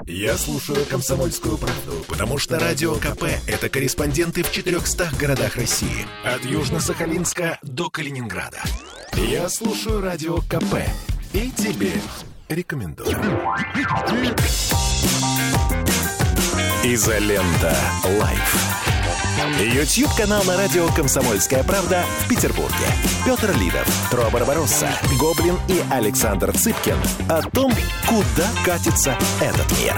Я слушаю «Комсомольскую правду», потому что Радио КП – это корреспонденты в 400 городах России. От Южно-Сахалинска до Калининграда. Я слушаю Радио КП и тебе рекомендую. Изолента Лайф. YouTube-канал на радио «Комсомольская правда» в Петербурге. Петр Лидов, Тро Барбаросса, Гоблин и Александр Цыпкин о том, куда катится этот мир.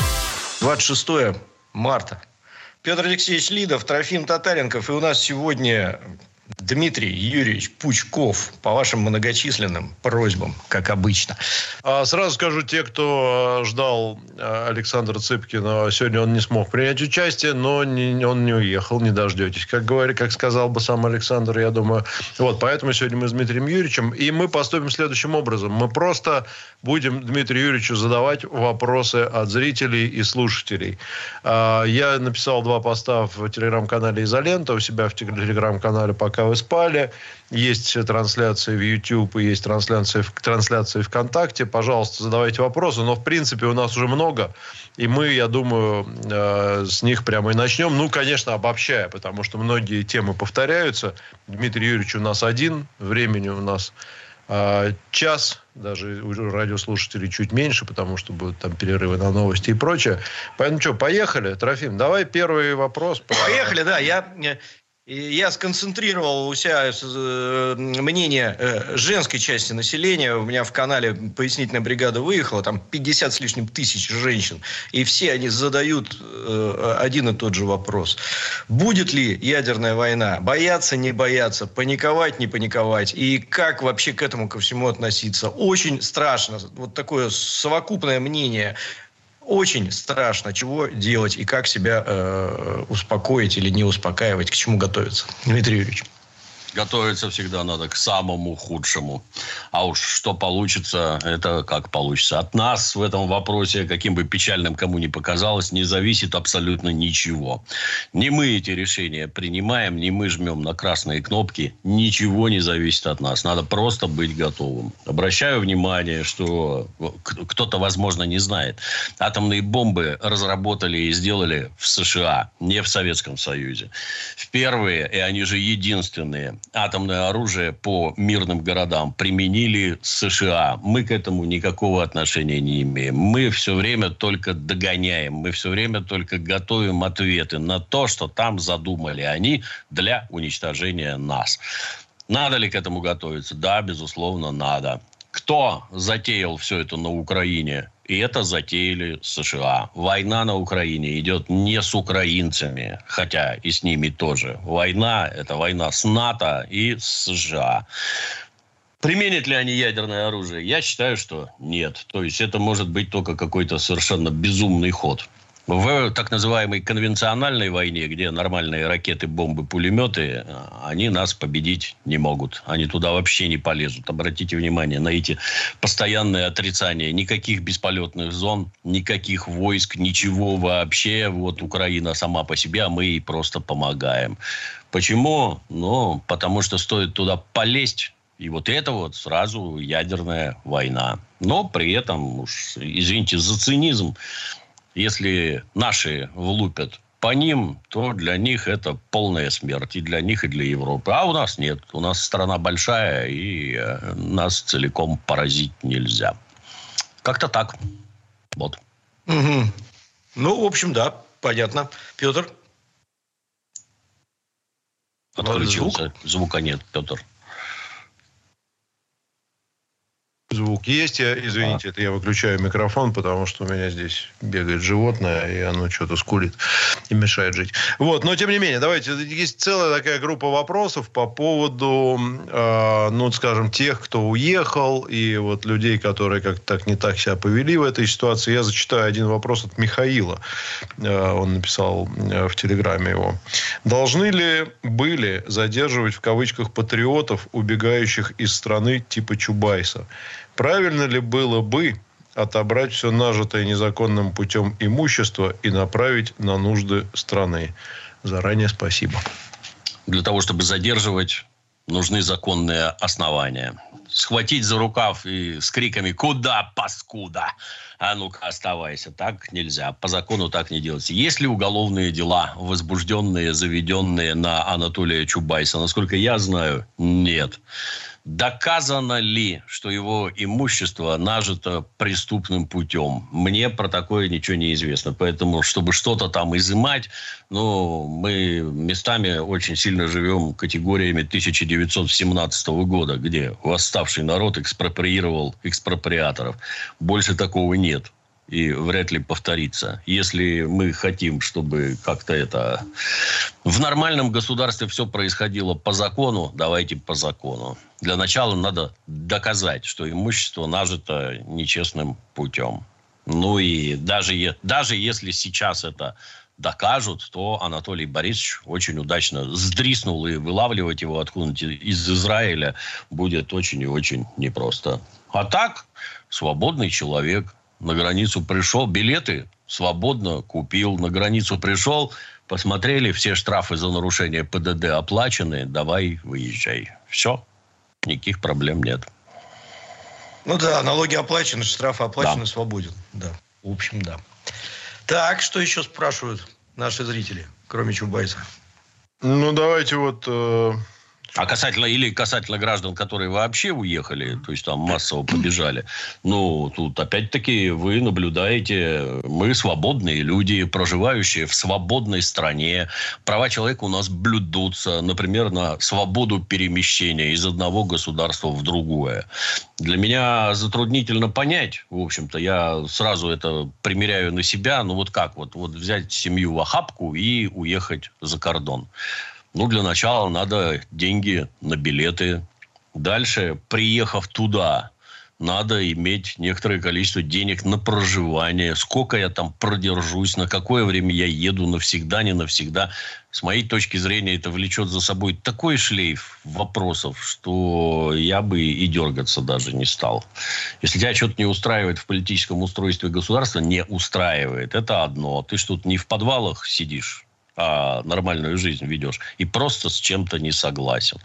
26 марта. Петр Алексеевич Лидов, Трофим Татаренков. И у нас сегодня Дмитрий Юрьевич Пучков, по вашим многочисленным просьбам, как обычно. Сразу скажу, те, кто ждал Александра Цыпкина, сегодня он не смог принять участие, но он не уехал, не дождетесь. Как сказал бы сам Александр, я думаю. Вот, поэтому сегодня мы с Дмитрием Юрьевичем. И мы поступим следующим образом. Мы просто будем Дмитрию Юрьевичу задавать вопросы от зрителей и слушателей. Я написал 2 поста в телеграм-канале «Изолента», у себя в телеграм-канале «Пока вы спали». Есть трансляции в YouTube и есть трансляции в ВКонтакте. Пожалуйста, задавайте вопросы. Но, в принципе, у нас уже много. И мы, я думаю, с них прямо и начнем. Ну, конечно, обобщая, потому что многие темы повторяются. Дмитрий Юрьевич у нас один. Времени у нас час. Даже у радиослушателей чуть меньше, потому что будут там перерывы на новости и прочее. Поэтому что, поехали? Трофим, давай первый вопрос. Поехали, да. Я сконцентрировал у себя мнение женской части населения. У меня в канале «Пояснительная бригада» выехала. Там 50 с лишним тысяч женщин. И все они задают один и тот же вопрос. Будет ли ядерная война? Бояться, не бояться? Паниковать, не паниковать? И как вообще к этому ко всему относиться? Очень страшно. Вот такое совокупное мнение. Очень страшно, чего делать и как себя успокоить или не успокаивать, к чему готовиться. Дмитрий Юрьевич. Готовиться всегда надо к самому худшему. А уж что получится, это как получится. От нас в этом вопросе, каким бы печальным кому ни показалось, не зависит абсолютно ничего. Не мы эти решения принимаем, не мы жмем на красные кнопки. Ничего не зависит от нас. Надо просто быть готовым. Обращаю внимание, что кто-то, возможно, не знает. Атомные бомбы разработали и сделали в США, не в Советском Союзе. Впервые, и они же единственные, атомное оружие по мирным городам применили США. Мы к этому никакого отношения не имеем. Мы все время только догоняем. Мы все время только готовим ответы на то, что там задумали они для уничтожения нас. Надо ли к этому готовиться? Да, безусловно, надо. Кто затеял все это на Украине? И это затеяли США. Война на Украине идет не с украинцами, хотя и с ними тоже. Война – это война с НАТО и с США. Применят ли они ядерное оружие? Я считаю, что нет. То есть, это может быть только какой-то совершенно безумный ход. В так называемой конвенциональной войне, где нормальные ракеты, бомбы, пулеметы, они нас победить не могут. Они туда вообще не полезут. Обратите внимание на эти постоянные отрицания. Никаких бесполетных зон, никаких войск, ничего вообще. Вот Украина сама по себе, а мы ей просто помогаем. Почему? Ну, потому что стоит туда полезть, и вот это вот сразу ядерная война. Но при этом, уж извините за цинизм, если наши влупят по ним, то для них это полная смерть. И для них, и для Европы. А у нас нет. У нас страна большая, и нас целиком поразить нельзя. Как-то так. Вот. Угу. Ну, в общем, да, понятно. Петр? Отключился. Звука нет, Петр. Звук есть, извините, это я выключаю микрофон, потому что у меня здесь бегает животное, и оно что-то скулит и мешает жить. Вот, но тем не менее, давайте, есть целая такая группа вопросов по поводу, ну, скажем, тех, кто уехал, и вот людей, которые как-то так не так себя повели в этой ситуации. Я зачитаю один вопрос от Михаила. Он написал в Телеграме его. Должны ли были задерживать в кавычках патриотов, убегающих из страны типа Чубайса? Правильно ли было бы отобрать все нажитое незаконным путем имущество и направить на нужды страны? Заранее спасибо. Для того, чтобы задерживать, нужны законные основания. Схватить за рукав и с криками «Куда, паскуда?», а ну-ка оставайся, так нельзя, по закону так не делается. Есть ли уголовные дела, возбужденные, заведенные на Анатолия Чубайса? Насколько я знаю, нет. Доказано ли, что его имущество нажито преступным путем? Мне про такое ничего не известно. Поэтому, чтобы что-то там изымать, мы местами очень сильно живем категориями 1917 года, где восставший народ экспроприировал экспроприаторов. Больше такого нет. И вряд ли повторится. Если мы хотим, чтобы как-то это... В нормальном государстве все происходило по закону, давайте по закону. Для начала надо доказать, что имущество нажито нечестным путем. И даже если сейчас это докажут, то Анатолий Борисович очень удачно сдриснул, и вылавливать его откуда-нибудь из Израиля будет очень и очень непросто. А так, свободный человек. На границу пришел, билеты свободно купил. На границу пришел, посмотрели, все штрафы за нарушение ПДД оплачены, давай выезжай. Все, никаких проблем нет. Налоги оплачены, штрафы оплачены, свободен. Да, в общем, да. Так, что еще спрашивают наши зрители, кроме Чубайса? Давайте А касательно граждан, которые вообще уехали, то есть там массово побежали, тут опять-таки вы наблюдаете, мы свободные люди, проживающие в свободной стране. Права человека у нас блюдутся, например, на свободу перемещения из одного государства в другое. Для меня затруднительно понять, в общем-то, я сразу это примеряю на себя, как взять семью в охапку и уехать за кордон. Для начала надо деньги на билеты. Дальше, приехав туда, надо иметь некоторое количество денег на проживание. Сколько я там продержусь, на какое время я еду, навсегда, не навсегда. С моей точки зрения, это влечет за собой такой шлейф вопросов, что я бы и дергаться даже не стал. Если тебя что-то не устраивает в политическом устройстве государства, не устраивает, это одно. Ты ж тут не в подвалах сидишь, а нормальную жизнь ведешь, и просто с чем-то не согласен.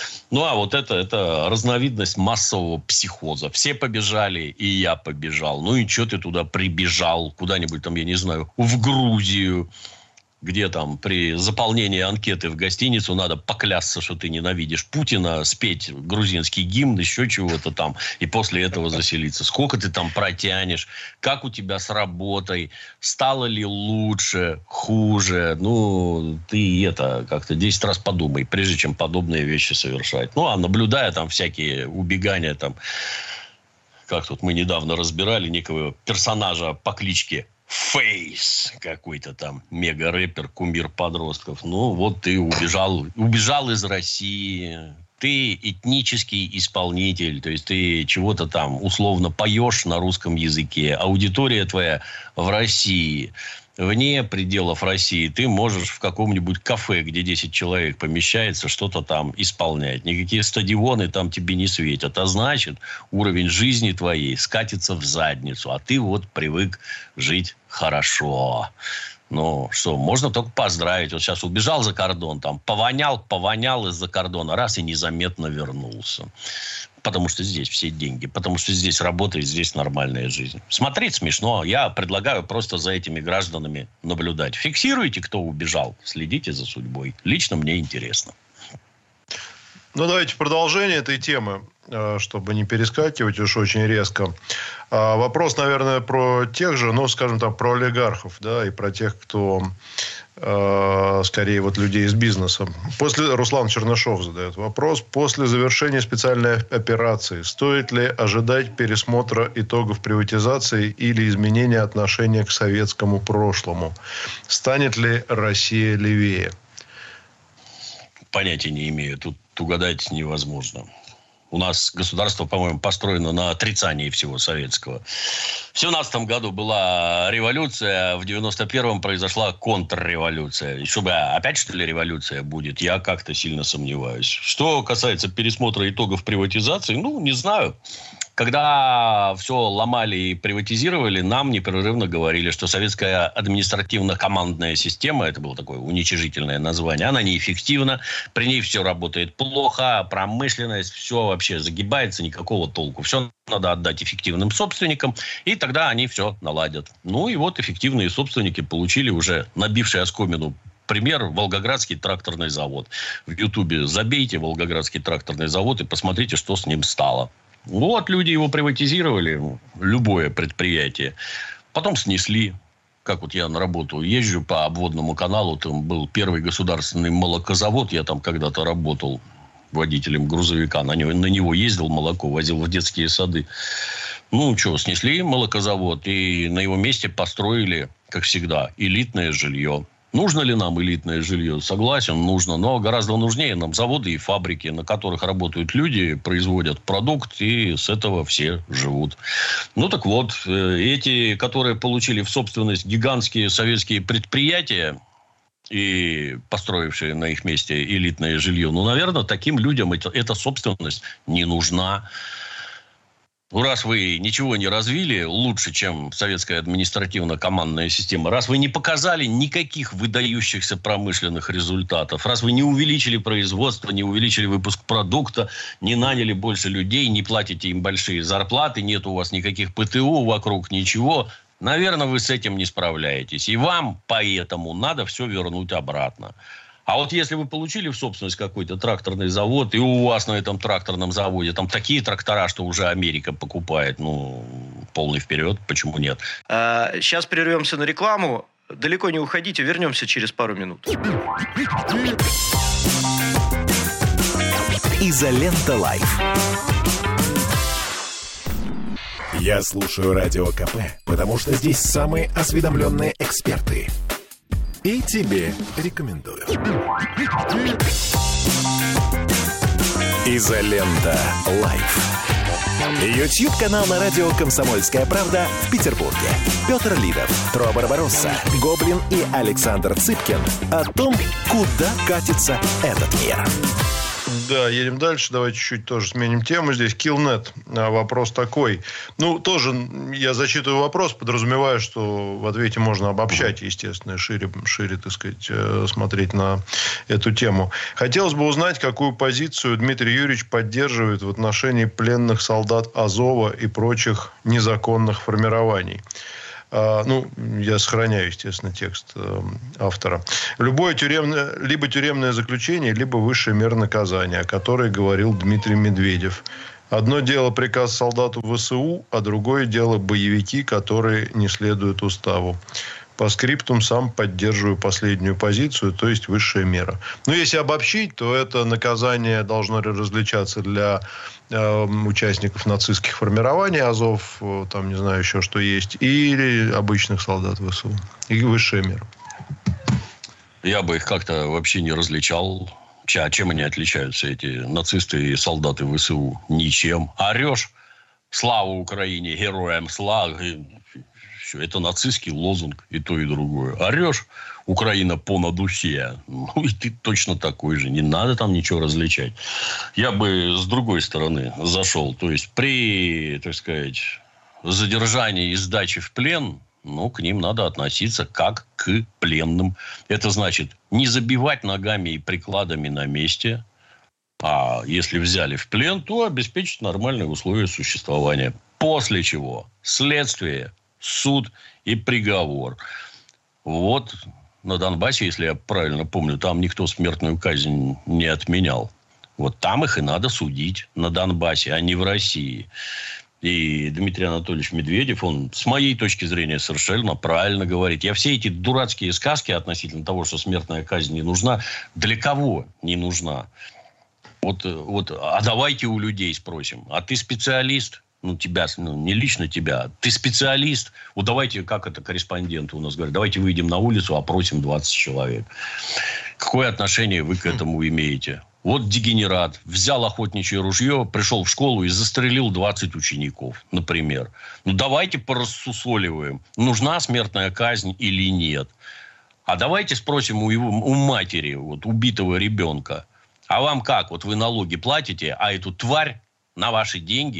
Это разновидность массового психоза. Все побежали, и я побежал. И что ты туда прибежал? Куда-нибудь там, я не знаю, в Грузию, где там при заполнении анкеты в гостиницу надо поклясться, что ты ненавидишь Путина, спеть грузинский гимн, еще чего-то там, и после этого заселиться. Сколько ты там протянешь? Как у тебя с работой? Стало ли лучше? Хуже? Ты как-то 10 раз подумай, прежде чем подобные вещи совершать. А наблюдая там всякие убегания, там, как тут мы недавно разбирали некого персонажа по кличке Фейс, какой-то там мега-рэпер, кумир подростков. Ты убежал из России. Ты этнический исполнитель. То есть, ты чего-то там условно поешь на русском языке. Аудитория твоя в России. Вне пределов России ты можешь в каком-нибудь кафе, где 10 человек помещается, что-то там исполнять. Никакие стадионы там тебе не светят. А значит, уровень жизни твоей скатится в задницу. А ты привык жить хорошо. Можно только поздравить. Сейчас убежал за кордон, там повонял из-за кордона, раз и незаметно вернулся. Потому что здесь все деньги. Потому что здесь работа и здесь нормальная жизнь. Смотреть смешно. Я предлагаю просто за этими гражданами наблюдать. Фиксируйте, кто убежал. Следите за судьбой. Лично мне интересно. Давайте продолжение этой темы, чтобы не перескакивать уж очень резко. Вопрос, наверное, про тех же, скажем так, про олигархов, да, и про тех, кто... скорее людей из бизнеса. Руслан Чернышов задает вопрос. После завершения специальной операции стоит ли ожидать пересмотра итогов приватизации или изменения отношения к советскому прошлому? Станет ли Россия левее? Понятия не имею. Тут угадать невозможно. У нас государство, по-моему, построено на отрицании всего советского. В 17 году была революция, в 91-м произошла контрреволюция. И чтобы опять, что ли, революция будет, я как-то сильно сомневаюсь. Что касается пересмотра итогов приватизации, не знаю. Когда все ломали и приватизировали, нам непрерывно говорили, что советская административно-командная система, это было такое уничижительное название, она неэффективна, при ней все работает плохо, промышленность, все вообще загибается, никакого толку. Все надо отдать эффективным собственникам, и тогда они все наладят. Ну и вот эффективные собственники получили уже набившие оскомину пример — Волгоградский тракторный завод. В Ютубе забейте Волгоградский тракторный завод и посмотрите, что с ним стало. Вот люди его приватизировали, любое предприятие. Потом снесли. Как вот я на работу езжу по обводному каналу, там был первый государственный молокозавод, я там когда-то работал водителем грузовика, на него ездил, молоко возил в детские сады. Ну, что, снесли молокозавод и на его месте построили, как всегда, элитное жилье. Нужно ли нам элитное жилье? Согласен, нужно. Но гораздо нужнее нам заводы и фабрики, на которых работают люди, производят продукт, и с этого все живут. Ну, так вот, эти, которые получили в собственность гигантские советские предприятия и построившие на их месте элитное жилье, ну, наверное, таким людям эта собственность не нужна. Раз вы ничего не развили лучше, чем советская административно-командная система, раз вы не показали никаких выдающихся промышленных результатов, раз вы не увеличили производство, не увеличили выпуск продукта, не наняли больше людей, не платите им большие зарплаты, нет у вас никаких ПТУ вокруг, ничего, наверное, вы с этим не справляетесь. И вам поэтому надо все вернуть обратно. А вот если вы получили в собственность какой-то тракторный завод, и у вас на этом тракторном заводе там такие трактора, что уже Америка покупает, ну, полный вперед, почему нет? Сейчас прервемся на рекламу. Далеко не уходите, вернемся через пару минут. Изолента Лайф. Я слушаю Радио КП, потому что здесь самые осведомленные эксперты. И тебе рекомендую. Изолента Лайф. YouTube-канал на радио «Комсомольская правда» в Петербурге. Петр Лидов, Тро Барбаросса, Гоблин и Александр Цыпкин о том, куда катится этот мир. Да, едем дальше. Давайте чуть-чуть тоже сменим тему. Здесь Киллнет. Вопрос такой. Ну, тоже я зачитываю вопрос, подразумевая, что в ответе можно обобщать, естественно, шире, так сказать, смотреть на эту тему. Хотелось бы узнать, какую позицию Дмитрий Юрьевич поддерживает в отношении пленных солдат Азова и прочих незаконных формирований. Ну, я сохраняю, естественно, текст автора. Любое либо тюремное заключение, либо высшая мера наказания, о которой говорил Дмитрий Медведев. Одно дело приказ солдату ВСУ, а другое дело боевики, которые не следуют уставу. По скриптум сам поддерживаю последнюю позицию, то есть высшая мера. Но если обобщить, то это наказание должно различаться для участников нацистских формирований, Азов, там не знаю еще что есть, или обычных солдат ВСУ. И высшая мера. Я бы их как-то вообще не различал. Чем они отличаются, эти нацисты и солдаты ВСУ? Ничем. Орешь: слава Украине, героям слава. Все, это нацистский лозунг, и то, и другое. Орешь: Украина понад усе. Ну, и ты точно такой же. Не надо там ничего различать. Я бы с другой стороны зашел. То есть, при, так сказать, задержании и сдаче в плен, ну, к ним надо относиться как к пленным. Это значит не забивать ногами и прикладами на месте. А если взяли в плен, то обеспечить нормальные условия существования. После чего следствие, суд и приговор. Вот на Донбассе, если я правильно помню, там никто смертную казнь не отменял. Вот там их и надо судить, на Донбассе, а не в России. И Дмитрий Анатольевич Медведев, он, с моей точки зрения, совершенно правильно говорит. Я все эти дурацкие сказки относительно того, что смертная казнь не нужна, для кого не нужна? Вот, а давайте у людей спросим. А ты специалист? Ну, тебя, не лично тебя. Ты специалист. Вот давайте, как это корреспонденты у нас говорят, давайте выйдем на улицу, опросим 20 человек. Какое отношение вы к этому имеете? Вот дегенерат взял охотничье ружье, пришел в школу и застрелил 20 учеников, например. Ну, давайте порассусоливаем, нужна смертная казнь или нет. А давайте спросим у матери вот, убитого ребенка. А вам как? Вот вы налоги платите, а эту тварь на ваши деньги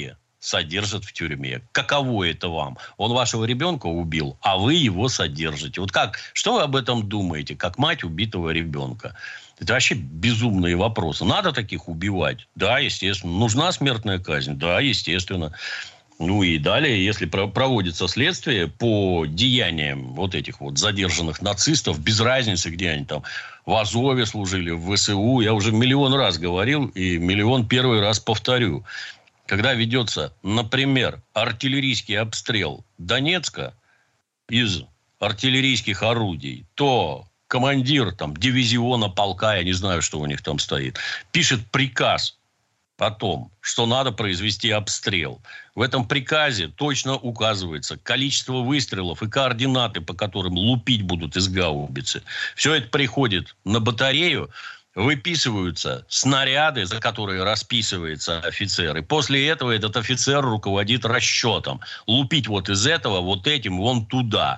содержат в тюрьме. Каково это вам? Он вашего ребенка убил, а вы его содержите. Вот как? Что вы об этом думаете, как мать убитого ребенка? Это вообще безумные вопросы. Надо таких убивать? Да, естественно. Нужна смертная казнь? Да, естественно. Ну и далее, если проводится следствие по деяниям вот этих вот задержанных нацистов, без разницы, где они там в Азове служили, в ВСУ, я уже миллион раз говорил и миллион первый раз повторю. Когда ведется, например, артиллерийский обстрел Донецка из артиллерийских орудий, то командир там, дивизиона, полка, я не знаю, что у них там стоит, пишет приказ о том, что надо произвести обстрел. В этом приказе точно указывается количество выстрелов и координаты, по которым лупить будут из гаубицы. Все это приходит на батарею, выписываются снаряды, за которые расписывается офицер. И после этого этот офицер руководит расчетом. Лупить вот из этого, вот этим, вон туда.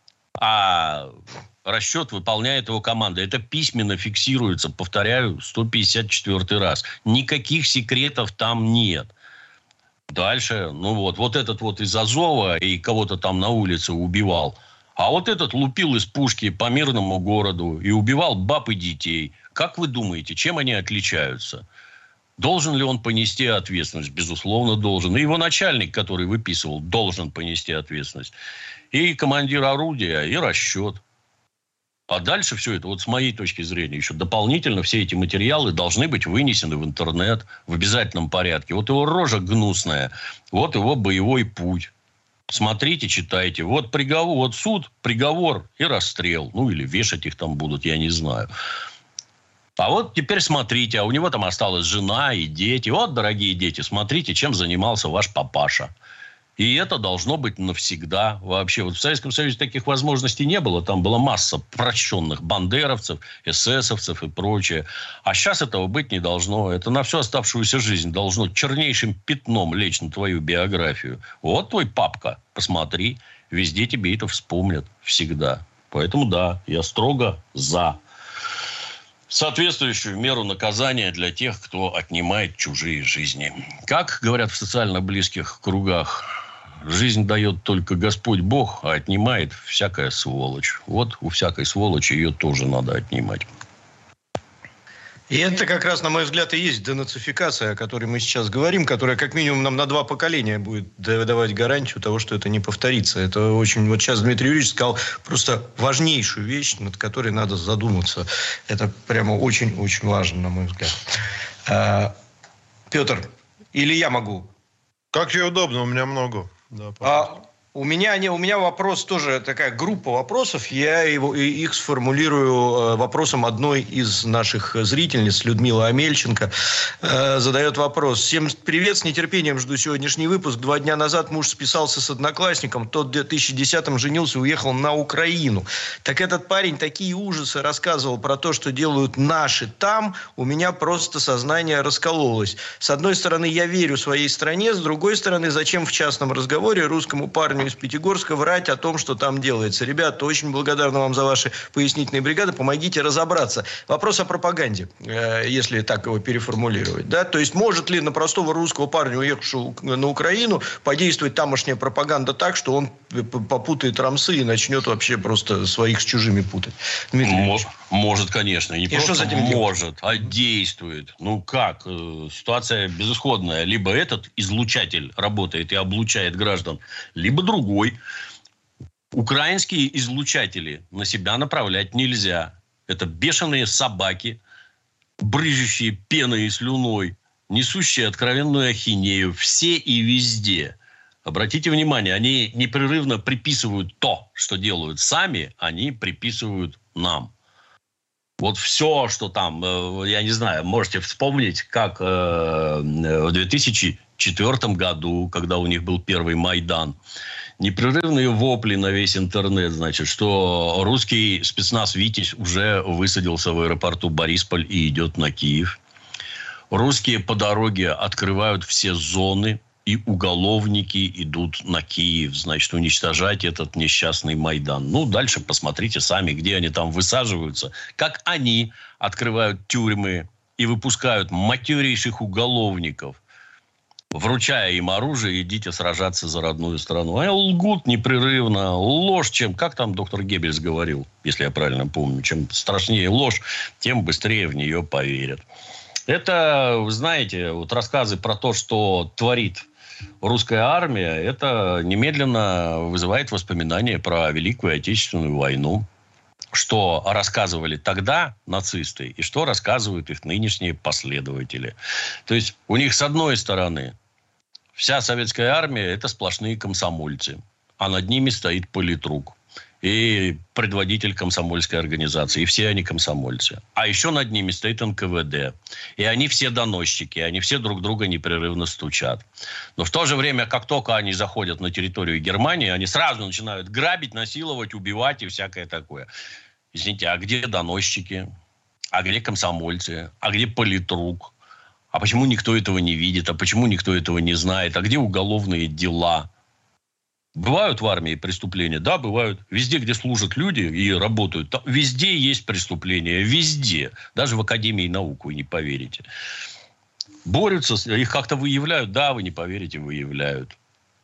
А расчет выполняет его команда. Это письменно фиксируется, повторяю, 154 раз. Никаких секретов там нет. Дальше, вот этот вот из Азова и кого-то там на улице убивал. А вот этот лупил из пушки по мирному городу и убивал баб и детей. Как вы думаете, чем они отличаются? Должен ли он понести ответственность? Безусловно, должен. И его начальник, который выписывал, должен понести ответственность. И командир орудия, и расчет. А дальше все это, вот с моей точки зрения, еще дополнительно все эти материалы должны быть вынесены в интернет в обязательном порядке. Вот его рожа гнусная, вот его боевой путь. Смотрите, читайте. Вот приговор, вот суд, приговор и расстрел. Ну, или вешать их там будут, я не знаю. А вот теперь смотрите, а у него там осталась жена и дети. Вот, дорогие дети, смотрите, чем занимался ваш папаша. И это должно быть навсегда вообще. Вот в Советском Союзе таких возможностей не было. Там была масса прощенных бандеровцев, эсэсовцев и прочее. А сейчас этого быть не должно. Это на всю оставшуюся жизнь должно чернейшим пятном лечь на твою биографию. Вот твой папка, посмотри. Везде тебе это вспомнят. Всегда. Поэтому да, я строго за соответствующую меру наказания для тех, кто отнимает чужие жизни. Как говорят в социально близких кругах, жизнь дает только Господь Бог, а отнимает всякая сволочь. Вот у всякой сволочи ее тоже надо отнимать. И это как раз, на мой взгляд, и есть денацификация, о которой мы сейчас говорим, которая как минимум нам на 2 поколения будет давать гарантию того, что это не повторится. Это очень... Вот сейчас Дмитрий Юрьевич сказал просто важнейшую вещь, над которой надо задуматься. Это прямо очень-очень важно, на мой взгляд. Петр, или я могу? Как тебе удобно, у меня много. Да, у меня вопрос тоже, такая группа вопросов. Я их сформулирую вопросом одной из наших зрительниц, Людмила Амельченко. Задает вопрос. Всем привет, с нетерпением жду сегодняшний выпуск. 2 дня назад муж списался с одноклассником. Тот в 2010-м женился и уехал на Украину. Так этот парень такие ужасы рассказывал про то, что делают наши там. У меня просто сознание раскололось. С одной стороны, я верю своей стране. С другой стороны, зачем в частном разговоре русскому парню из Пятигорска врать о том, что там делается. Ребята, очень благодарны вам за ваши пояснительные бригады. Помогите разобраться. Вопрос о пропаганде, если так его переформулировать. Да? То есть, может ли на простого русского парня, уехавшего на Украину, подействовать тамошняя пропаганда так, что он попутает рамсы и начнет вообще просто своих с чужими путать? Может, конечно. Не просто может, а действует. Ну как? Ситуация безысходная. Либо этот излучатель работает и облучает граждан, либо другой. Украинские излучатели на себя направлять нельзя. Это бешеные собаки, брызжущие пеной и слюной, несущие откровенную ахинею. Все и везде. Обратите внимание, они непрерывно приписывают то, что делают сами, они приписывают нам. Вот все, что там, я не знаю, можете вспомнить, как в 2004 году, когда у них был первый Майдан, непрерывные вопли на весь интернет, значит, что русский спецназ «Витязь» уже высадился в аэропорту Борисполь и идет на Киев. Русские по дороге открывают все зоны, и уголовники идут на Киев, значит, уничтожать этот несчастный Майдан. Ну, дальше посмотрите сами, где они там высаживаются, как они открывают тюрьмы и выпускают матерейших уголовников. вручая им оружие, идите сражаться за родную страну. Они лгут непрерывно. Ложь, как там доктор Геббельс говорил, если я правильно помню, чем страшнее ложь, тем быстрее в нее поверят. Это, вы знаете, вот рассказы про то, что творит русская армия, это немедленно вызывает воспоминания про Великую Отечественную войну. Что рассказывали тогда нацисты и что рассказывают их нынешние последователи. То есть у них с одной стороны вся советская армия – это сплошные комсомольцы, а над ними стоит политрук и предводитель комсомольской организации. И все они комсомольцы. А еще над ними стоит НКВД. И они все доносчики. Они все друг друга непрерывно стучат. Но в то же время, как только они заходят на территорию Германии, они сразу начинают грабить, насиловать, убивать и всякое такое. Извините, а где доносчики? А где комсомольцы? А где политрук? А почему никто этого не видит? А почему никто этого не знает? А где уголовные дела? Бывают в армии преступления? Да, бывают. Везде, где служат люди и работают, там везде есть преступления. Везде. Даже в Академии наук, вы не поверите. Борются, их как-то выявляют. Да, вы не поверите, выявляют.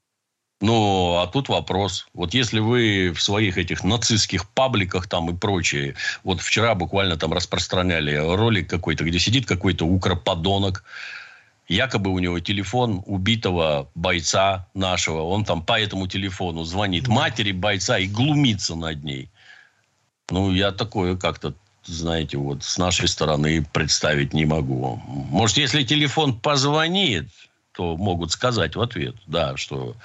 Ну, а тут вопрос. Вот если вы в своих этих нацистских пабликах там и прочее, вот вчера буквально там распространяли ролик какой-то, где сидит какой-то укроподонок, якобы у него телефон убитого бойца нашего. Он там по этому телефону звонит матери бойца и глумится над ней. Ну, я такое как-то, знаете, вот с нашей стороны представить не могу. Может, если телефон позвонит, то могут сказать в ответ, да, что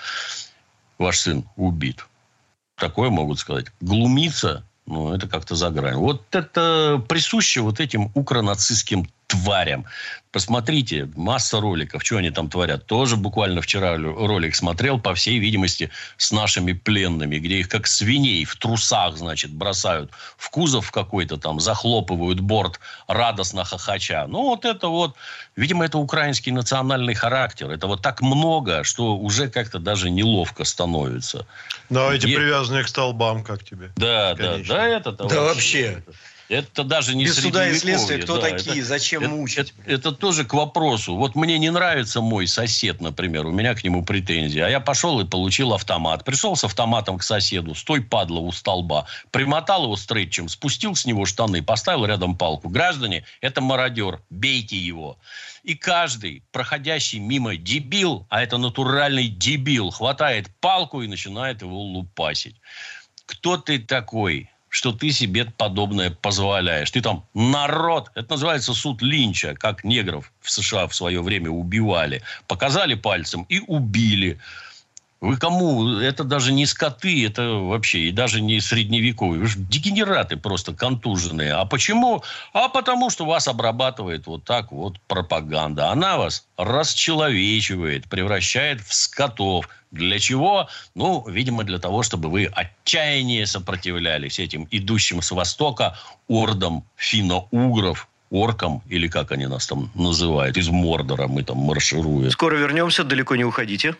ваш сын убит. Такое могут сказать. Глумиться, ну, это как-то за грань. Вот это присуще вот этим укронацистским тварям. Посмотрите, масса роликов, что они там творят. Тоже буквально вчера ролик смотрел, по всей видимости, с нашими пленными, где их как свиней в трусах, значит, бросают в кузов какой-то там, захлопывают борт, радостно хохоча. Ну, вот это вот, видимо, это украинский национальный характер. Это вот так много, что уже как-то даже неловко становится. Да, эти привязанные к столбам, как тебе? Да, конечно. Да, это-то да вообще. Это даже не без суда и следствия, средневековье. кто да, такие, зачем мучить? Это тоже к вопросу. Вот мне не нравится мой сосед, например, у меня к нему претензии. А я пошел и получил автомат. Пришел с автоматом к соседу, стой, падла, у столба. Примотал его стретчем, спустил с него штаны, поставил рядом палку. Граждане, это мародер, бейте его. И каждый проходящий мимо дебил, а это натуральный дебил, хватает палку и начинает его лупасить. Кто ты такой, что ты себе подобное позволяешь? Ты там народ, это называется суд Линча, как негров в США в свое время убивали. Показали пальцем и убили. Вы кому? Это даже не скоты, это вообще и даже не средневековые. Вы же дегенераты просто контуженные. А почему? А потому что вас обрабатывает вот так вот пропаганда. Она вас расчеловечивает, превращает в скотов. Для чего? Ну, видимо, для того, чтобы вы отчаяннее сопротивлялись этим идущим с востока ордам финно-угров, оркам, или как они нас там называют, из Мордора мы там маршируем. Скоро вернемся, далеко не уходите.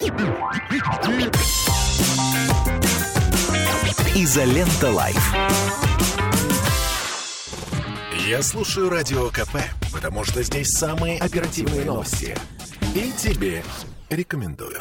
Изолента Лайф. Я слушаю Радио КП, потому что здесь самые оперативные новости. И тебе рекомендую.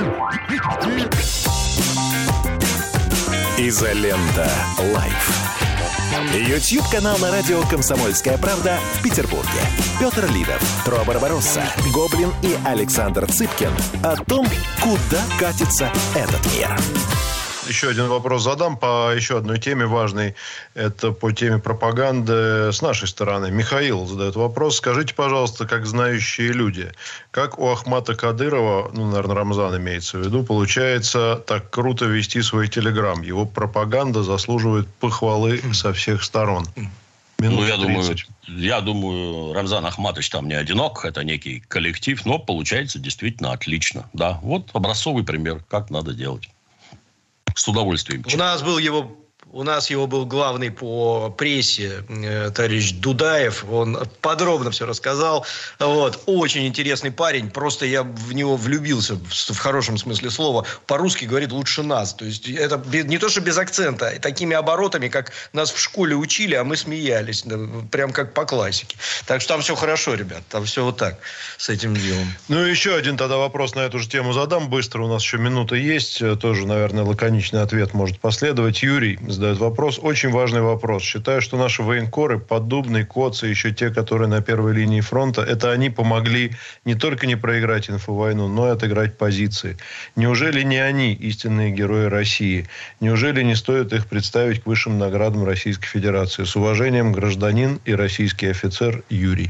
Изолента Лайф. YouTube-канал на радио «Комсомольская правда» в Петербурге. Петр Лидов, Тро Барбаросса, Гоблин и Александр Цыпкин о том, куда катится этот мир. Еще один вопрос задам по еще одной теме важной. Это по теме пропаганды с нашей стороны. Михаил задает вопрос. Скажите, пожалуйста, как знающие люди, как у Ахмата Кадырова, ну, наверное, Рамзан имеется в виду, получается так круто вести свой телеграм? Его пропаганда заслуживает похвалы со всех сторон. Ну, я думаю, Рамзан Ахматович там не одинок. Это некий коллектив. Но получается действительно отлично. Да, вот образцовый пример, как надо делать. С удовольствием. У нас был его У нас его был главный по прессе, товарищ Дудаев. Он подробно все рассказал. Вот. Очень интересный парень. Просто я в него влюбился в хорошем смысле слова. По-русски говорит лучше нас. То есть это не то, что без акцента, а такими оборотами, как нас в школе учили, а мы смеялись. Прям как по классике. Так что там все хорошо, ребят. Там все вот так с этим делом. Ну, еще один тогда вопрос на эту же тему задам быстро. У нас еще минута есть. Тоже, наверное, лаконичный ответ может последовать. Юрий задает вопрос. Очень важный вопрос. Считаю, что наши военкоры, Поддубный, Коц и еще те, которые на первой линии фронта, это они помогли не только не проиграть инфовойну, но и отыграть позиции. Неужели не они истинные герои России? Неужели не стоит их представить к высшим наградам Российской Федерации? С уважением, гражданин и российский офицер Юрий.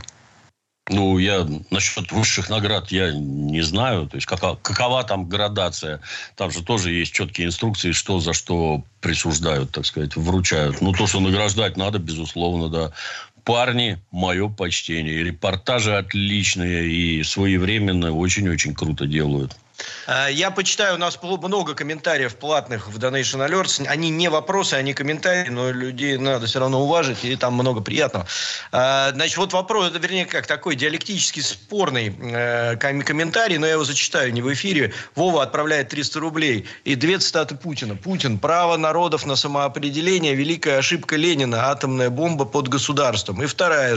Ну, я насчет высших наград я не знаю. То есть, какова там градация. Там же тоже есть четкие инструкции, что за что присуждают, так сказать, вручают. Ну, то, что награждать надо, безусловно, да. Парни, мое почтение. Репортажи отличные и своевременно очень-очень круто делают. Я почитаю, у нас много комментариев платных в Donation Alerts. Они не вопросы, они комментарии, но людей надо все равно уважить, и там много приятного. Значит, вот вопрос, вернее, как такой диалектически спорный комментарий, но я его зачитаю не в эфире. Вова отправляет 300 рублей. И 2 цитаты Путина. Путин. Право народов на самоопределение. Великая ошибка Ленина. Атомная бомба под государством. И вторая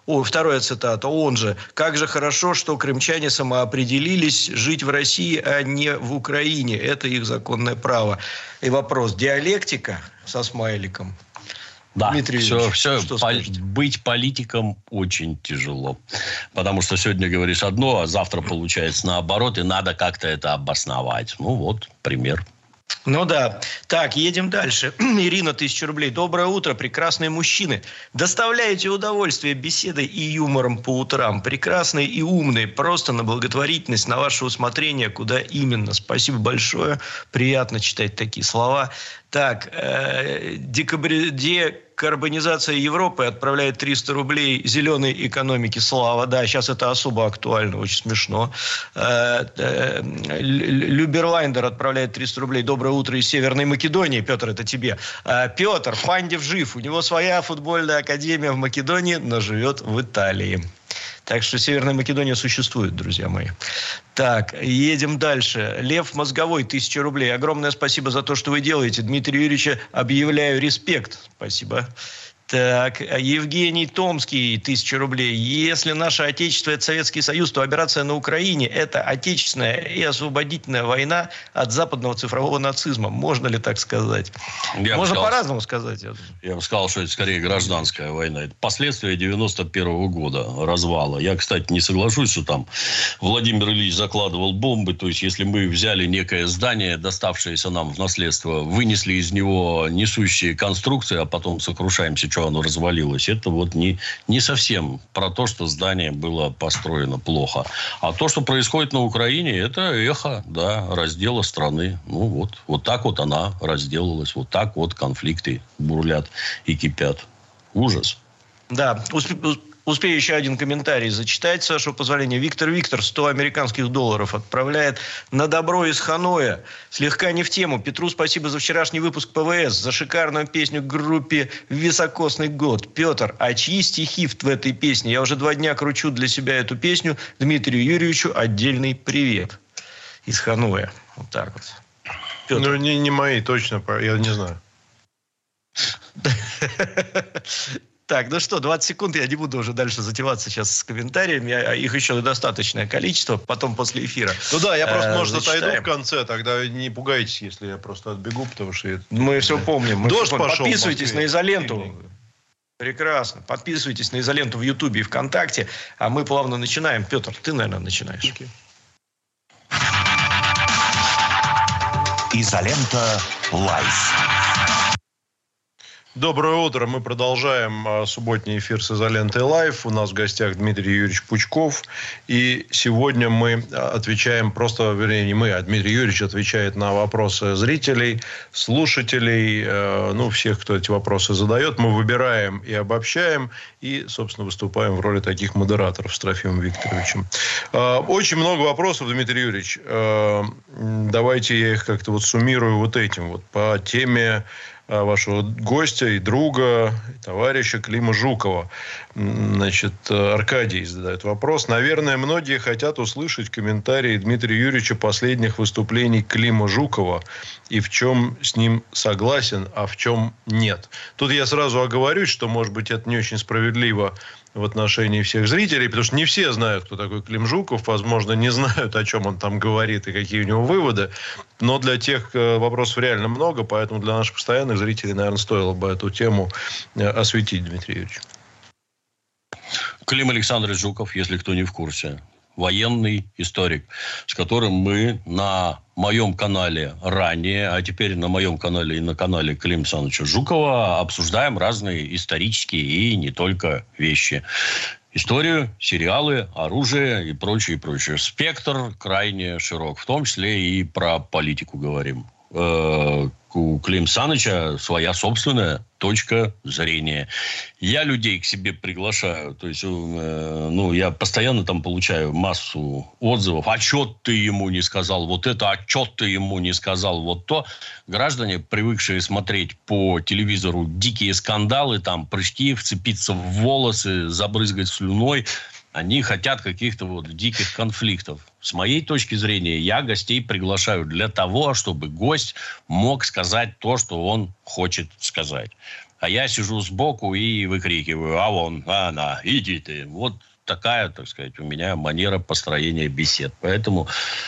цитата. Он же. Как же хорошо, что крымчане самоопределились жить в России, а не в Украине. Это их законное право. И вопрос. Диалектика со смайликом. Да, Дмитрий все быть политиком очень тяжело. Потому что сегодня говоришь одно, а завтра получается наоборот, и надо как-то это обосновать. Ну вот, пример. Ну да. Так, едем дальше. Ирина, 1000 рублей. Доброе утро, прекрасные мужчины. Доставляете удовольствие беседой и юмором по утрам. Прекрасные и умные. Просто на благотворительность, на ваше усмотрение, куда именно. Спасибо большое. Приятно читать такие слова. Так, декарбонизация Европы отправляет 300 рублей зеленой экономике. Слава. Да, сейчас это особо актуально, очень смешно. Люберлайндер отправляет 300 рублей. Доброе утро из Северной Македонии. Петр, это тебе. Петр, Пандев жив. У него своя футбольная академия в Македонии, но живет в Италии. Так что Северная Македония существует, друзья мои. Так, едем дальше. Лев Мозговой, 1000 рублей. Огромное спасибо за то, что вы делаете. Дмитрию Юрьевичу объявляю респект. Спасибо. Так, Евгений Томский, 1000 рублей. Если наше Отечество – это Советский Союз, то операция на Украине – это отечественная и освободительная война от западного цифрового нацизма. Можно ли так сказать? Можно по-разному сказать. Я бы сказал, что это скорее гражданская война. Это последствия 91 года развала. Я, кстати, не соглашусь, что там Владимир Ильич закладывал бомбы. То есть, если мы взяли некое здание, доставшееся нам в наследство, вынесли из него несущие конструкции, а потом сокрушаемся, что оно развалилось. Это вот не совсем про то, что здание было построено плохо. А то, что происходит на Украине, это эхо, да, раздела страны. Ну, вот так вот она разделалась. Вот так вот конфликты бурлят и кипят. Ужас. Да, успею еще один комментарий зачитать, с вашего позволения. Виктор, 100 американских долларов отправляет на добро из Ханоя. Слегка не в тему. Петру спасибо за вчерашний выпуск ПВС, за шикарную песню к группе «Високосный год». Петр, а чьи стихи в этой песне? Я уже 2 дня кручу для себя эту песню. Дмитрию Юрьевичу отдельный привет. Из Ханоя. Вот так вот. Петр. Ну, не мои, точно. Я не знаю. Так, ну что, 20 секунд, я не буду уже дальше затеваться сейчас с комментариями. Их еще достаточное количество, потом после эфира. Ну да, я просто, может, отойду в конце, тогда не пугайтесь, если я просто отбегу, потому что... Мы все помним. Дождь пошел. Подписывайтесь на изоленту. Прекрасно. Подписывайтесь на изоленту в Ютубе и ВКонтакте, а мы плавно начинаем. Петр, ты, наверное, начинаешь. Изолента Лайф. Доброе утро. Мы продолжаем субботний эфир с «Изолентой Лайф». У нас в гостях Дмитрий Юрьевич Пучков. И сегодня мы отвечаем просто, вернее, не мы, а Дмитрий Юрьевич отвечает на вопросы зрителей, слушателей, всех, кто эти вопросы задает. Мы выбираем и обобщаем, и, собственно, выступаем в роли таких модераторов с Трофимом Викторовичем. Очень много вопросов, Дмитрий Юрьевич. Давайте я их как-то суммирую этим. По теме вашего гостя и друга, и товарища Клима Жукова. Значит, Аркадий задает вопрос. Наверное, многие хотят услышать комментарии Дмитрия Юрьевича последних выступлений Клима Жукова и в чем с ним согласен, а в чем нет. Тут я сразу оговорюсь, что, может быть, это не очень справедливо в отношении всех зрителей, потому что не все знают, кто такой Клим Жуков, возможно, не знают, о чем он там говорит и какие у него выводы, но для тех вопросов реально много, поэтому для наших постоянных зрителей, наверное, стоило бы эту тему осветить, Дмитрий Юрьевич. Клим Александрович Жуков, если кто не в курсе, военный историк, с которым мы на моем канале ранее, а теперь на моем канале и на канале Клима Александровича Жукова обсуждаем разные исторические и не только вещи. Историю, сериалы, оружие и прочее, прочее. Спектр крайне широк, в том числе и про политику говорим. У Клима Саныча своя собственная точка зрения. Я людей к себе приглашаю. То есть, я постоянно там получаю массу отзывов. А что ты ему не сказал вот это? А что ты ему не сказал вот то? Граждане, привыкшие смотреть по телевизору дикие скандалы, там, прыжки, вцепиться в волосы, забрызгать слюной, они хотят каких-то вот диких конфликтов. С моей точки зрения, я гостей приглашаю для того, чтобы гость мог сказать то, что он хочет сказать. А я сижу сбоку и выкрикиваю: а вон, а на, иди ты. Вот такая, так сказать, у меня манера построения бесед. Поэтому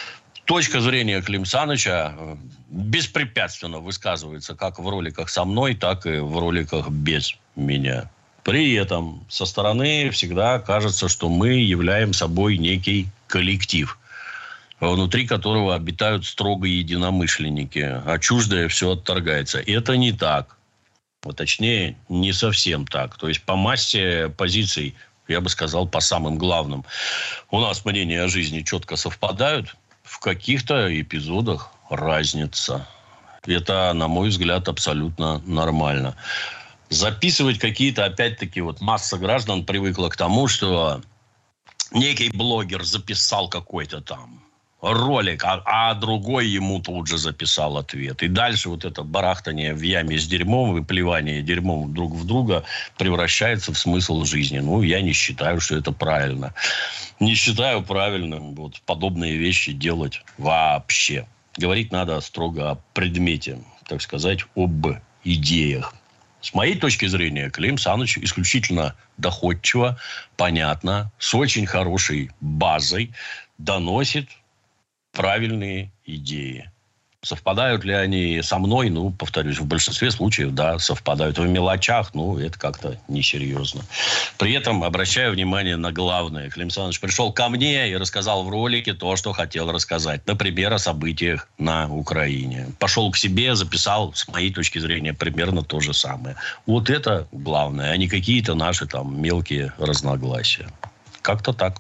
точка зрения Клима Саныча беспрепятственно высказывается как в роликах со мной, так и в роликах без меня. При этом со стороны всегда кажется, что мы являем собой некий коллектив, внутри которого обитают строго единомышленники, а чуждое все отторгается. И это не так. Точнее, не совсем так. То есть, по массе позиций, я бы сказал, по самым главным, у нас мнения о жизни четко совпадают. В каких-то эпизодах разница. Это, на мой взгляд, абсолютно нормально. Записывать какие-то, опять-таки, вот масса граждан привыкла к тому, что некий блогер записал какой-то там ролик, а другой ему тут же записал ответ. И дальше вот это барахтание в яме с дерьмом, выплевание дерьмом друг в друга превращается в смысл жизни. Я не считаю, что это правильно. Не считаю правильным вот подобные вещи делать вообще. Говорить надо строго о предмете, так сказать, об идеях. С моей точки зрения, Клим Саныч исключительно доходчиво, понятно, с очень хорошей базой доносит правильные идеи. Совпадают ли они со мной? Повторюсь, в большинстве случаев, да, совпадают. В мелочах, это как-то несерьезно. При этом обращаю внимание на главное. Клим Александрович пришел ко мне и рассказал в ролике то, что хотел рассказать. Например, о событиях на Украине. Пошел к себе, записал, с моей точки зрения, примерно то же самое. Вот это главное, а не какие-то наши там мелкие разногласия. Как-то так.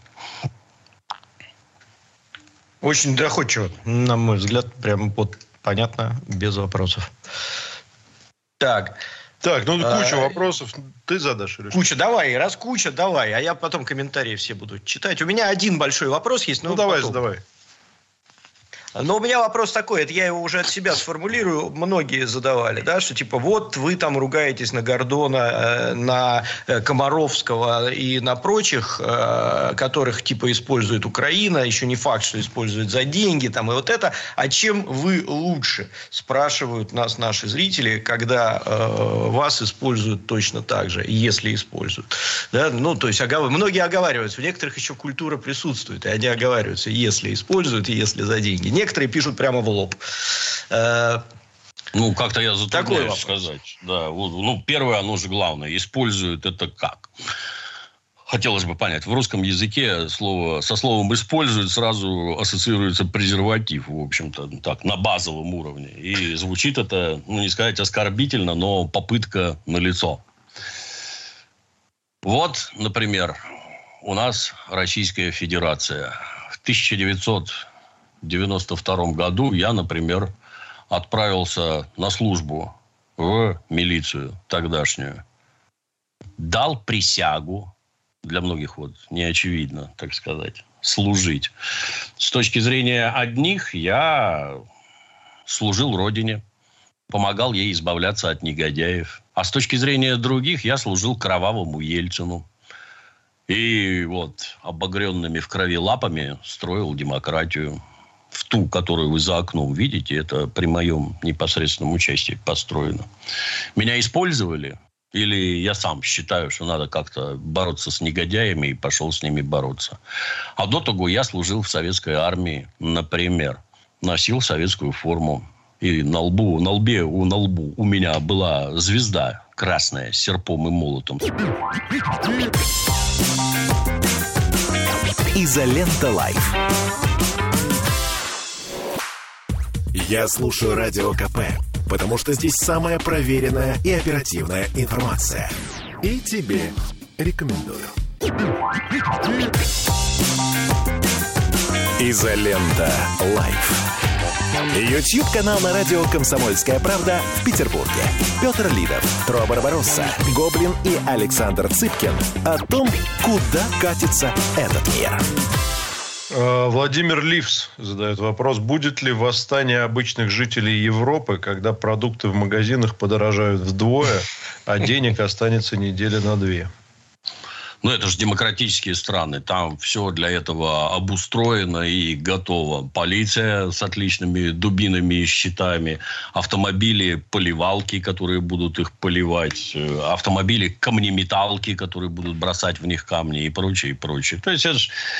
Очень доходчиво, на мой взгляд, прям вот понятно, без вопросов. Так, куча вопросов ты задашь? Или куча, давай, раз куча, давай, а я потом комментарии все буду читать. У меня один большой вопрос есть. Давай, задавай. Но у меня вопрос такой, это я его уже от себя сформулирую, многие задавали, да, что типа вот вы там ругаетесь на Гордона, на Комаровского и на прочих, которых типа использует Украина, еще не факт, что используют за деньги, там и вот это, а чем вы лучше, спрашивают нас наши зрители, когда вас используют точно так же, если используют. Да? То есть многие оговариваются, в некоторых еще культура присутствует, и они оговариваются, если используют и если за деньги. Некоторые пишут прямо в лоб. Как-то я затрудняюсь сказать. Да, первое, оно же главное. Используют это как? Хотелось бы понять. В русском языке со словом «используют» сразу ассоциируется презерватив, в общем-то, так, на базовом уровне. И звучит это, не сказать оскорбительно, но попытка налицо. Вот, например, у нас Российская Федерация. В 1992 году я, например, отправился на службу в милицию тогдашнюю. Дал присягу, для многих не очевидно, так сказать, служить. С точки зрения одних я служил Родине. помогал ей избавляться от негодяев. А с точки зрения других, я служил кровавому Ельцину. И вот обогренными в крови лапами строил демократию. В ту, которую вы за окном видите, это при моем непосредственном участии построено. Меня использовали? Или я сам считаю, что надо как-то бороться с негодяями и пошел с ними бороться? А до того я служил в советской армии, например. Носил советскую форму. И на лбе у меня была звезда красная с серпом и молотом. Изолента Лайф. Я слушаю Радио КП, потому что здесь самая проверенная и оперативная информация. И тебе рекомендую. Изолента Лайф. YouTube-канал на радио «Комсомольская правда» в Петербурге. Петр Лидов, Тро Барбаросса, Гоблин и Александр Цыпкин о том, куда катится этот мир. Владимир Ливс задает вопрос. Будет ли восстание обычных жителей Европы, когда продукты в магазинах подорожают вдвое, а денег останется недели на две? Ну, это же демократические страны. Там все для этого обустроено и готово. Полиция с отличными дубинами и щитами. Автомобили, поливалки, которые будут их поливать. Автомобили, камнеметалки, которые будут бросать в них камни и прочее, и прочее. То есть,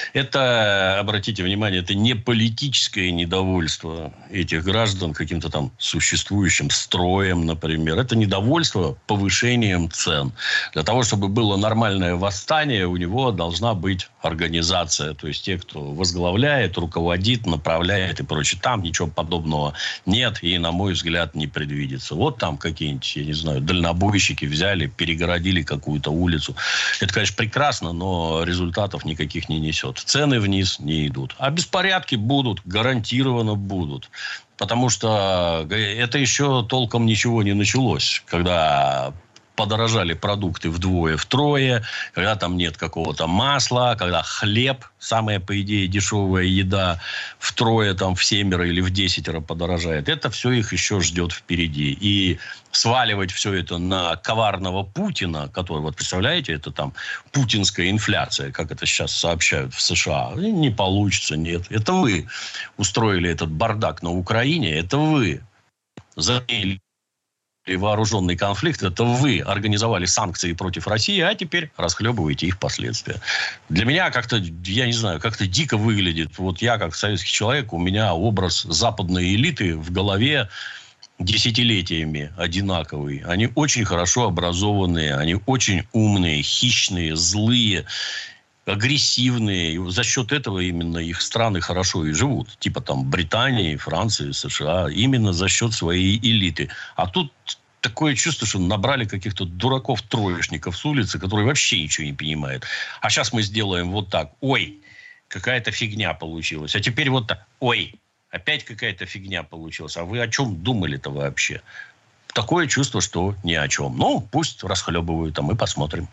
это, обратите внимание, это не политическое недовольство этих граждан каким-то там существующим строем, например. Это недовольство повышением цен. Для того, чтобы было нормальное восстание, у него должна быть организация. То есть, те, кто возглавляет, руководит, направляет и прочее. Там ничего подобного нет и, на мой взгляд, не предвидится. Вот там какие-нибудь, я не знаю, дальнобойщики взяли, перегородили какую-то улицу. Это, конечно, прекрасно, но результатов никаких не несет. Цены вниз не идут. А беспорядки будут, гарантированно будут. Потому что это еще толком ничего не началось. Когда подорожали продукты вдвое-втрое, когда там нет какого-то масла, когда хлеб, самая, по идее, дешевая еда, втрое, там, в 7 или в 10 подорожает. Это все их еще ждет впереди. И сваливать все это на коварного Путина, который, вот представляете, это там путинская инфляция, как это сейчас сообщают в США, не получится, нет. Это вы устроили этот бардак на Украине, это вы затеяли вооруженный конфликт, это вы организовали санкции против России, а теперь расхлебываете их последствия. Для меня как-то, я не знаю, как-то дико выглядит. Вот я, как советский человек, у меня образ западной элиты в голове десятилетиями одинаковый. Они очень хорошо образованные, они очень умные, хищные, злые, агрессивные. И за счет этого именно их страны хорошо и живут. Типа там Британии, Франции, США. Именно за счет своей элиты. А тут такое чувство, что набрали каких-то дураков-троечников с улицы, которые вообще ничего не понимают. А сейчас мы сделаем вот так. Ой, какая-то фигня получилась. А теперь вот так. Ой, опять какая-то фигня получилась. А вы о чем думали-то вообще? Такое чувство, что ни о чем. Ну, пусть расхлебывают, а мы посмотрим.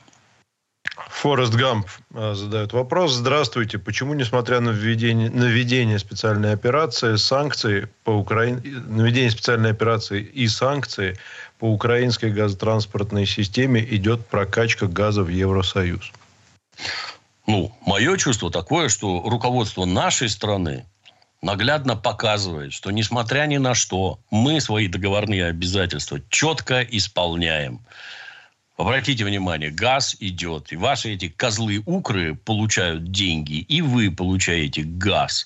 Форест Гамп задает вопрос. Здравствуйте. Почему, несмотря на введение специальной операции, санкции по Украине, наведение специальной операции и санкции по украинской газотранспортной системе идет прокачка газа в Евросоюз? Ну, мое чувство такое, что руководство нашей страны наглядно показывает, что, несмотря ни на что, мы свои договорные обязательства четко исполняем. Обратите внимание, газ идет, и ваши эти козлы-укры получают деньги, и вы получаете газ.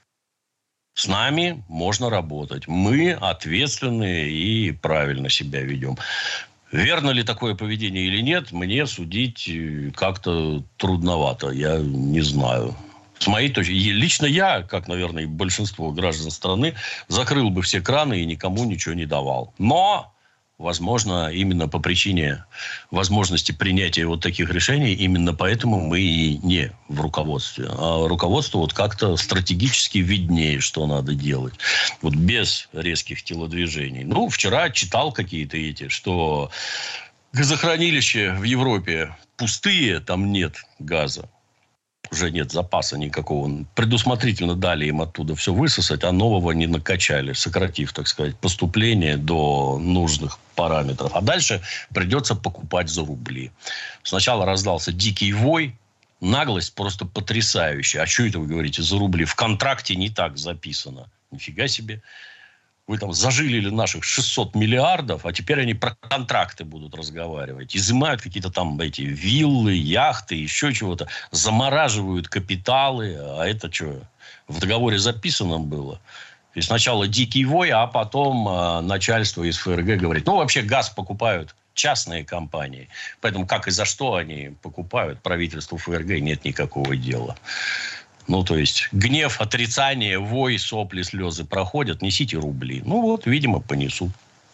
С нами можно работать. Мы ответственные и правильно себя ведем. Верно ли такое поведение или нет, мне судить как-то трудновато. Я не знаю. С моей точки зрения, лично я, как, наверное, и большинство граждан страны, закрыл бы все краны и никому ничего не давал. Но возможно, именно по причине возможности принятия вот таких решений, именно поэтому мы и не в руководстве. А руководство вот как-то стратегически виднее, что надо делать. Вот без резких телодвижений. Ну, вчера читал какие-то эти, что газохранилища в Европе пустые, там нет газа. Уже нет запаса никакого. Предусмотрительно дали им оттуда все высосать, а нового не накачали, сократив, так сказать, поступление до нужных параметров. А дальше придется покупать за рубли. Сначала раздался дикий вой. Наглость просто потрясающая. А что это вы говорите за рубли? В контракте не так записано. Нифига себе. Вы там зажилили наших 600 миллиардов, а теперь они про контракты будут разговаривать. Изымают какие-то там эти виллы, яхты, еще чего-то. Замораживают капиталы. А это что? В договоре записано было. И сначала дикий вой, а потом начальство из ФРГ говорит, ну, вообще газ покупают частные компании. Поэтому как и за что они покупают, правительству ФРГ нет никакого дела. Ну, то есть, гнев, отрицание, вой, сопли, слезы проходят. Несите рубли. Ну, вот, видимо, понесут.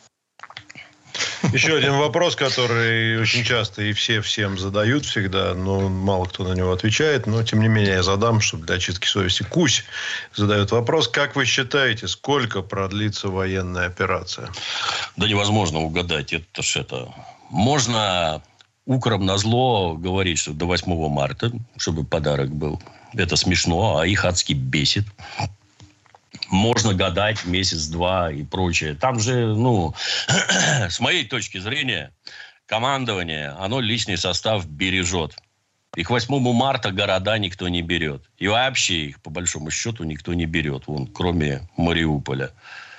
Еще один вопрос, который очень часто и все всем задают всегда, но мало кто на него отвечает. Но, тем не менее, я задам, чтобы для очистки совести. Кусь задает вопрос. Как вы считаете, сколько продлится военная операция? Да невозможно угадать. Это ж это... Можно укром назло говорить, что до 8 марта, чтобы подарок был. Это смешно, а их адски бесит. Можно гадать месяц-два и прочее. Там же, ну, с моей точки зрения, командование, оно личный состав бережет. И к 8 марта города никто не берет. И вообще их, по большому счету, никто не берет. Вон, кроме Мариуполя.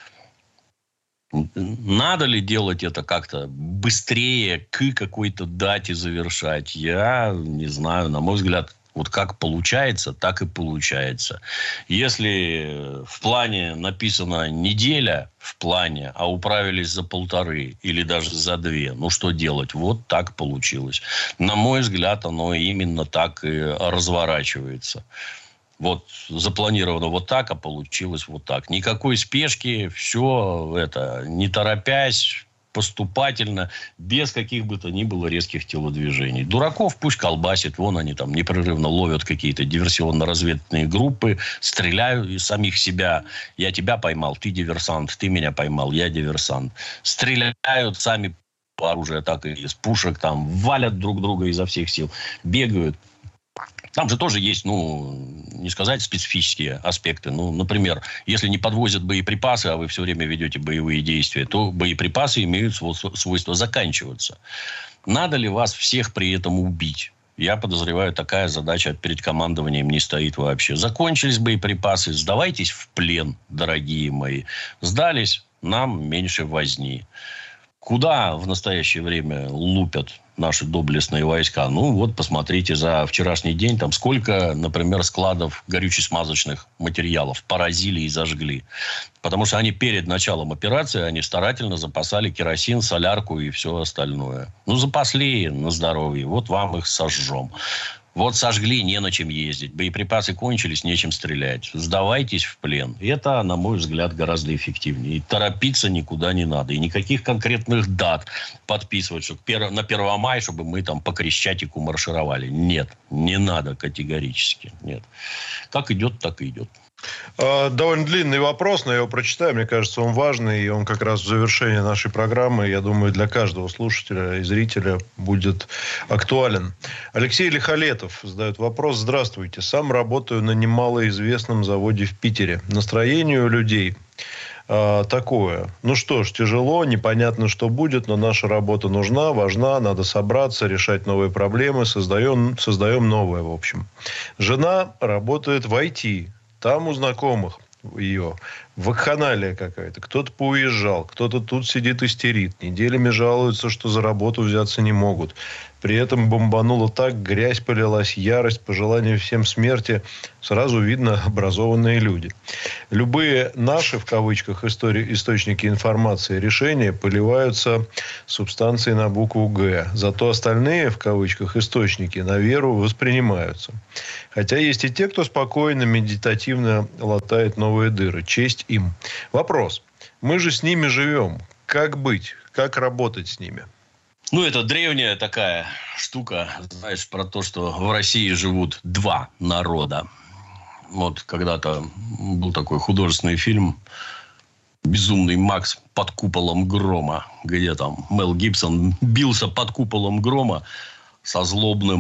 Надо ли делать это как-то быстрее, к какой-то дате завершать? Я не знаю. На мой взгляд, вот как получается, так и получается. Если в плане написано неделя в плане, а управились за 1,5 или даже за 2, ну что делать? Вот так получилось. На мой взгляд, оно именно так и разворачивается. Вот запланировано вот так, а получилось вот так. Никакой спешки, все это, не торопясь, поступательно, без каких бы то ни было резких телодвижений. Дураков пусть колбасит. Вон они там непрерывно ловят какие-то диверсионно-разведные группы, стреляют из самих себя. Я тебя поймал, ты диверсант. Ты меня поймал, я диверсант. Стреляют сами по оружию, так и из пушек. Там валят друг друга изо всех сил. Бегают. Там же тоже есть, ну, не сказать специфические аспекты. Ну, например, если не подвозят боеприпасы, а вы все время ведете боевые действия, то боеприпасы имеют свойство заканчиваться. Надо ли вас всех при этом убить? Я подозреваю, такая задача перед командованием не стоит вообще. Закончились боеприпасы, сдавайтесь в плен, дорогие мои. Сдались, нам меньше возни. Куда в настоящее время лупят наши доблестные войска? Ну, вот посмотрите за вчерашний день, там сколько, например, складов горюче-смазочных материалов поразили и зажгли. Потому что они перед началом операции, они старательно запасали керосин, солярку и все остальное. Ну, запасли на здоровье, вот вам их сожжем. Вот сожгли, не на чем ездить. Боеприпасы кончились, нечем стрелять. Сдавайтесь в плен. Это, на мой взгляд, гораздо эффективнее. И торопиться никуда не надо. И никаких конкретных дат подписывать, что на 1 мая, чтобы мы там по Крещатику маршировали. Нет, не надо категорически. Нет. Как идет, так и идет. Довольно длинный вопрос, но я его прочитаю. Мне кажется, он важный. И он как раз в завершении нашей программы, я думаю, для каждого слушателя и зрителя будет актуален. Алексей Лихолетов задает вопрос. Здравствуйте. Сам работаю на немалоизвестном заводе в Питере. Настроение у людей такое. Ну что ж, тяжело, непонятно, что будет, но наша работа нужна, важна, надо собраться, решать новые проблемы, создаем новое, в общем. Жена работает в IT. Там у знакомых ее вакханалия какая-то. Кто-то поуезжал, кто-то тут сидит истерит. Неделями жалуются, что за работу взяться не могут. При этом бомбануло так, грязь полилась, ярость, пожелание всем смерти. Сразу видно образованные люди. Любые наши, в кавычках, источники информации, решения поливаются субстанцией на букву «Г». Зато остальные, в кавычках, источники на веру воспринимаются. Хотя есть и те, кто спокойно, медитативно латает новые дыры. Честь им. Вопрос. Мы же с ними живем. Как быть? Как работать с ними? Ну, это древняя такая штука, знаешь, про то, что в России живут 2 народа. Вот когда-то был такой художественный фильм «Безумный Макс под куполом грома», где там Мел Гибсон бился под куполом грома со злобным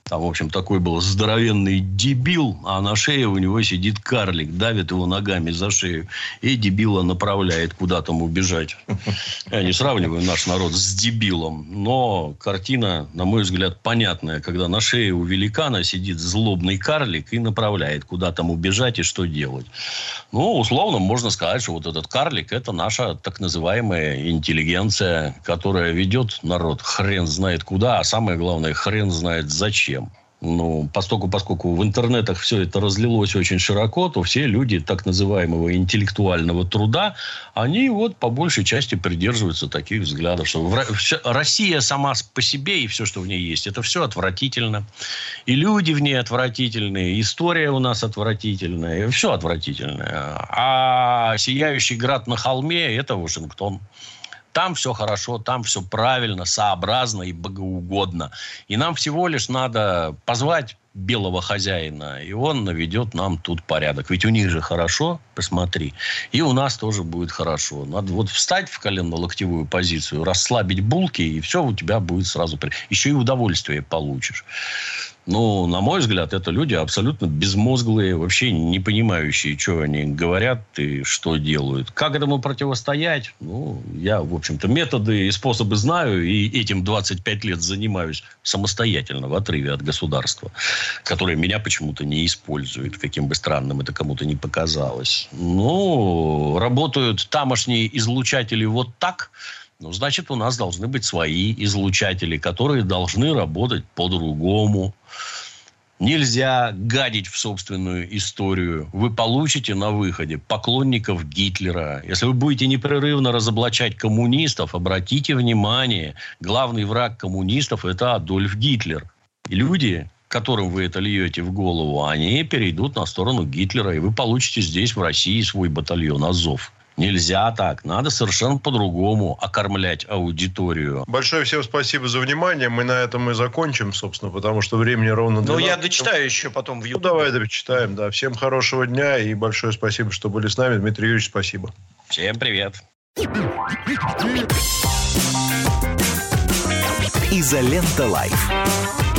Там, в общем, такой был здоровенный дебил, а на шее у него сидит карлик, давит его ногами за шею, и дебила направляет, куда там убежать. Я не сравниваю наш народ с дебилом, но картина, на мой взгляд, понятная, когда на шее у великана сидит злобный карлик и направляет, куда там убежать и что делать. Ну, условно, можно сказать, что вот этот карлик – это наша так называемая интеллигенция, которая ведет народ хрен знает куда, а самое главное, хрен знает зачем. Ну, поскольку в интернетах все это разлилось очень широко, то все люди так называемого интеллектуального труда, они вот по большей части придерживаются таких взглядов, что Россия сама по себе и все, что в ней есть, это все отвратительно. И люди в ней отвратительные, история у нас отвратительная, все отвратительное. А сияющий град на холме – это Вашингтон. Там все хорошо, там все правильно, сообразно и богоугодно. И нам всего лишь надо позвать белого хозяина, и он наведет нам тут порядок. Ведь у них же хорошо, посмотри. И у нас тоже будет хорошо. Надо вот встать в коленно-локтевую позицию, расслабить булки, и все у тебя будет сразу. Еще и удовольствие получишь. Ну, на мой взгляд, это люди абсолютно безмозглые, вообще не понимающие, что они говорят и что делают. Как этому противостоять? Ну, я, в общем-то, методы и способы знаю, и этим 25 лет занимаюсь самостоятельно, в отрыве от государства, которое меня почему-то не использует, каким бы странным это кому-то ни показалось. Ну, работают тамошние излучатели вот так. Ну, значит, у нас должны быть свои излучатели, которые должны работать по-другому. Нельзя гадить в собственную историю. Вы получите на выходе поклонников Гитлера. Если вы будете непрерывно разоблачать коммунистов, обратите внимание, главный враг коммунистов – это Адольф Гитлер. И люди, которым вы это льете в голову, они перейдут на сторону Гитлера, и вы получите здесь, в России, свой батальон «Азов». Нельзя так. Надо совершенно по-другому окормлять аудиторию. Большое всем спасибо за внимание. Мы на этом и закончим, собственно, потому что времени ровно 12. Ну, я дочитаю еще потом в YouTube. Ну, давай дочитаем, да. Всем хорошего дня и большое спасибо, что были с нами. Дмитрий Юрьевич, спасибо. Всем привет. Изолента Лайф.